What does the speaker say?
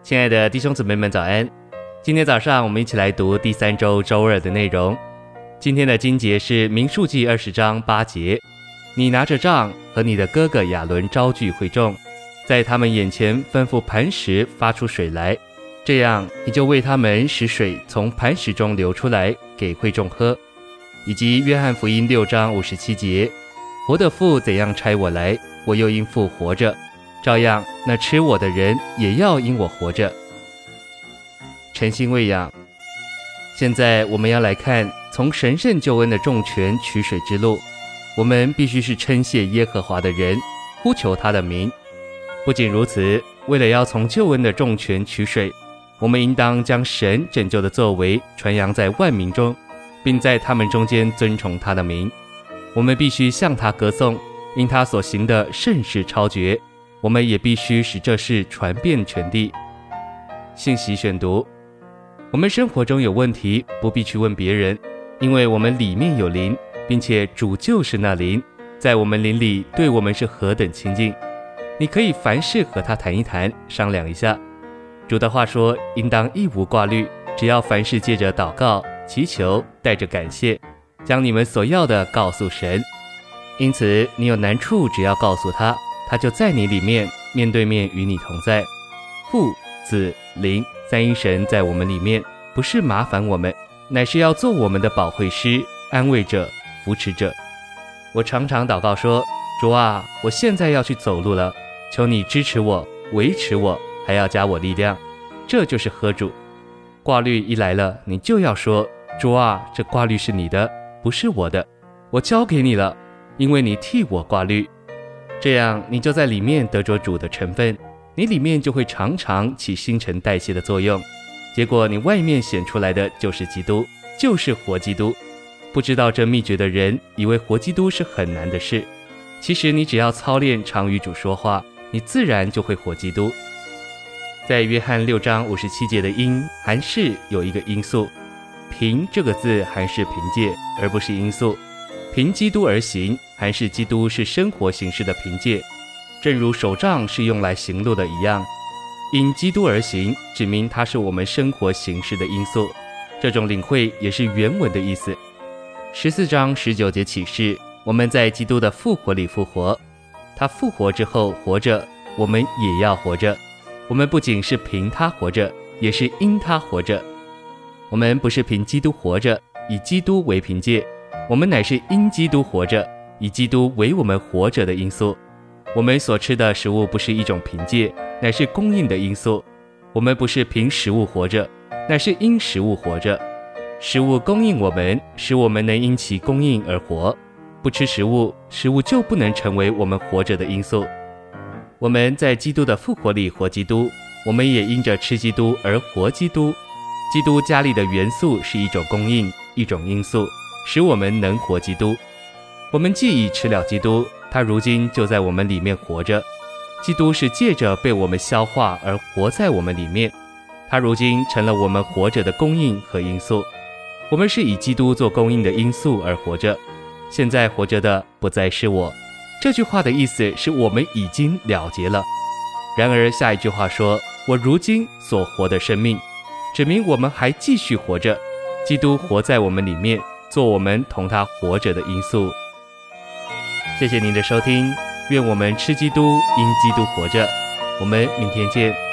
亲爱的弟兄姊妹们早安，今天早上我们一起来读第3周周二的内容。今天的经节是民数记20章8节，你拿着杖和你的哥哥亚伦招聚会众，在他们眼前吩咐磐石发出水来，这样你就为他们使水从磐石中流出来给会众喝。以及约翰福音6章57节，活的父怎样差我来，我又因父活着，照样那吃我的人也要因我活着。诚心喂养。现在我们要来看从神圣救恩的重泉取水之路，我们必须是称谢耶和华的人，呼求他的名。不仅如此，为了要从救恩的重泉取水，我们应当将神拯救的作为传扬在万民中，并在他们中间尊崇他的名。我们必须向他歌颂，因他所行的甚是超绝，我们也必须使这事传遍全地。信息选读。我们生活中有问题，不必去问别人，因为我们里面有灵，并且主就是那灵，在我们灵里对我们是何等亲近。你可以凡事和他谈一谈，商量一下。主的话说，应当一无挂虑，只要凡事借着祷告、祈求，带着感谢，将你们所要的告诉神。因此你有难处，只要告诉他，他就在你里面，面对面与你同在。父、子、灵三一神在我们里面，不是麻烦我们，乃是要做我们的保惠师、安慰者、扶持者。我常常祷告说，主啊，我现在要去走路了，求你支持我、维持我，还要加我力量。这就是喝主。挂虑一来了，你就要说，主啊，这挂虑是你的，不是我的，我交给你了，因为你替我挂虑。这样你就在里面得着主的成分，你里面就会常常起新陈代谢的作用，结果你外面显出来的就是基督，就是活基督。不知道这秘诀的人以为活基督是很难的事，其实你只要操练常与主说话，你自然就会活基督。在约翰6章57节的因含是有一个因素，凭这个字含是凭借，而不是因素。凭基督而行，含是基督是生活形式的凭借，正如手杖是用来行路的一样。因基督而行，指明它是我们生活形式的因素。这种领会也是原文的意思。14章19节启示，我们在基督的复活里复活，他复活之后活着，我们也要活着。我们不仅是凭他活着，也是因他活着。我们不是凭基督活着，以基督为凭借，我们乃是因基督活着，以基督为我们活着的因素。我们所吃的食物不是一种凭借，乃是供应的因素。我们不是凭食物活着，乃是因食物活着。食物供应我们，使我们能因其供应而活。不吃食物，食物就不能成为我们活着的因素。我们在基督的复活里活基督，我们也因着吃基督而活基督。基督加力的元素是一种供应，一种因素，使我们能活基督。我们既已吃了基督，他如今就在我们里面活着。基督是借着被我们消化而活在我们里面，他如今成了我们活着的供应和因素。我们是以基督做供应的因素而活着，现在活着的不再是我。这句话的意思是我们已经了结了。然而下一句话说，我如今所活的生命，指明我们还继续活着，基督活在我们里面，做我们同他活着的因素。谢谢您的收听，愿我们吃基督，因基督活着。我们明天见。